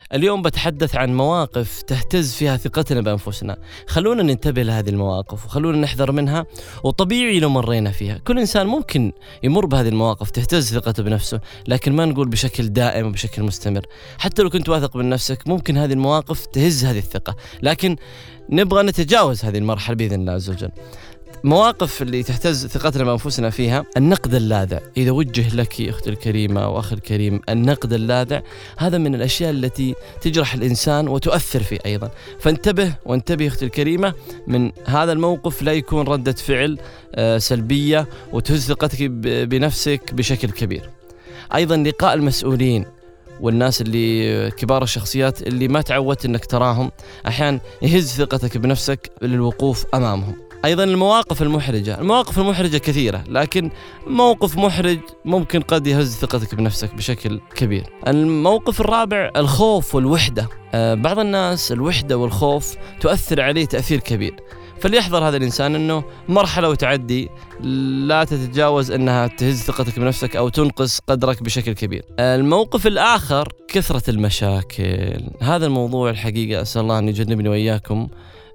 اليوم بتحدث عن مواقف تهتز فيها ثقتنا بأنفسنا. خلونا ننتبه لهذه المواقف وخلونا نحذر منها، وطبيعي لو مرينا فيها. كل إنسان ممكن يمر بهذه المواقف تهتز ثقته بنفسه، لكن ما نقول بشكل دائم وبشكل مستمر. حتى لو كنت واثق من نفسك ممكن هذه المواقف تهز هذه الثقة، لكن نبغى نتجاوز هذه المرحلة بإذن الله عز وجل. مواقف اللي تهتز ثقتنا بأنفسنا فيها النقد اللاذع. إذا وجه لك أختي الكريمة وأخي الكريم النقد اللاذع، هذا من الأشياء التي تجرح الإنسان وتؤثر فيه أيضا. فانتبه وانتبه أختي الكريمة من هذا الموقف، لا يكون ردة فعل سلبية وتهز ثقتك بنفسك بشكل كبير. أيضا لقاء المسؤولين والناس اللي كبار الشخصيات اللي ما تعودت أنك تراهم، أحيانا يهز ثقتك بنفسك للوقوف أمامهم. أيضا المواقف المحرجة كثيرة، لكن موقف محرج ممكن قد يهز ثقتك بنفسك بشكل كبير. الموقف الرابع الخوف والوحدة. بعض الناس الوحدة والخوف تؤثر عليه تأثير كبير، فليحذر هذا الإنسان أنه مرحلة وتعدي، لا تتجاوز أنها تهز ثقتك بنفسك أو تنقص قدرك بشكل كبير. الموقف الآخر كثرة المشاكل. هذا الموضوع الحقيقة أسأل الله أن يجنبني وإياكم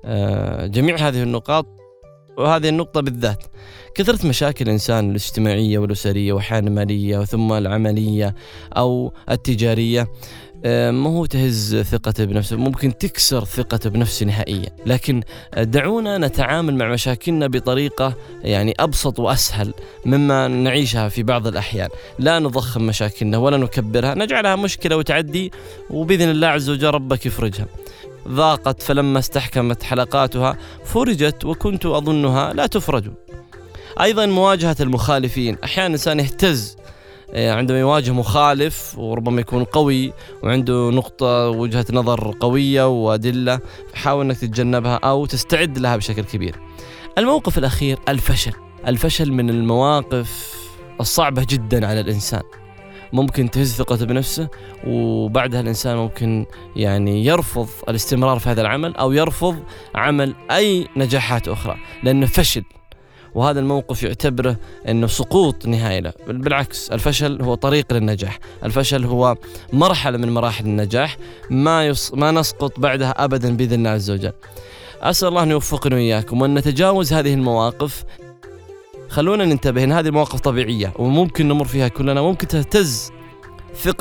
جميع هذه النقاط، وهذه النقطة بالذات. كثرة مشاكل الإنسان الاجتماعية والأسرية وأحيانا المالية وثم العملية أو التجارية ما هو تهز ثقته بنفسه، ممكن تكسر ثقته بنفسه نهائيا. لكن دعونا نتعامل مع مشاكلنا بطريقة يعني أبسط وأسهل مما نعيشها في بعض الأحيان. لا نضخم مشاكلنا ولا نكبرها، نجعلها مشكلة وتعدي، وبإذن الله عز وجل ربك يفرجها. ضاقت فلما استحكمت حلقاتها فرجت وكنت أظنها لا تفرج. أيضا مواجهة المخالفين. أحيانا الإنسان يهتز عندما يواجه مخالف، وربما يكون قوي وعنده نقطة وجهة نظر قوية وأدلة، حاول أنك تتجنبها أو تستعد لها بشكل كبير. الموقف الأخير الفشل من المواقف الصعبة جدا على الإنسان، ممكن تهز ثقته بنفسه، وبعدها الإنسان ممكن يعني يرفض الاستمرار في هذا العمل أو يرفض عمل أي نجاحات أخرى لأنه فشل. وهذا الموقف يعتبره أنه سقوط نهائي له. بالعكس، الفشل هو طريق للنجاح، الفشل هو مرحلة من مراحل النجاح، ما نسقط بعدها أبدا بإذن الله عز وجل. أسأل الله أن يوفقنا وإياكم وأن نتجاوز هذه المواقف. خلونا ننتبه أن هذه المواقف طبيعية وممكن نمر فيها كلنا، ممكن تهتز ثقة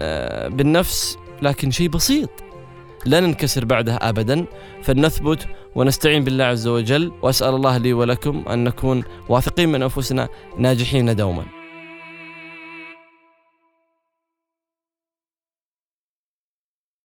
بالنفس، لكن شيء بسيط لا ننكسر بعدها أبدا. فلنثبت ونستعين بالله عز وجل، وأسأل الله لي ولكم أن نكون واثقين من أنفسنا ناجحين دوما.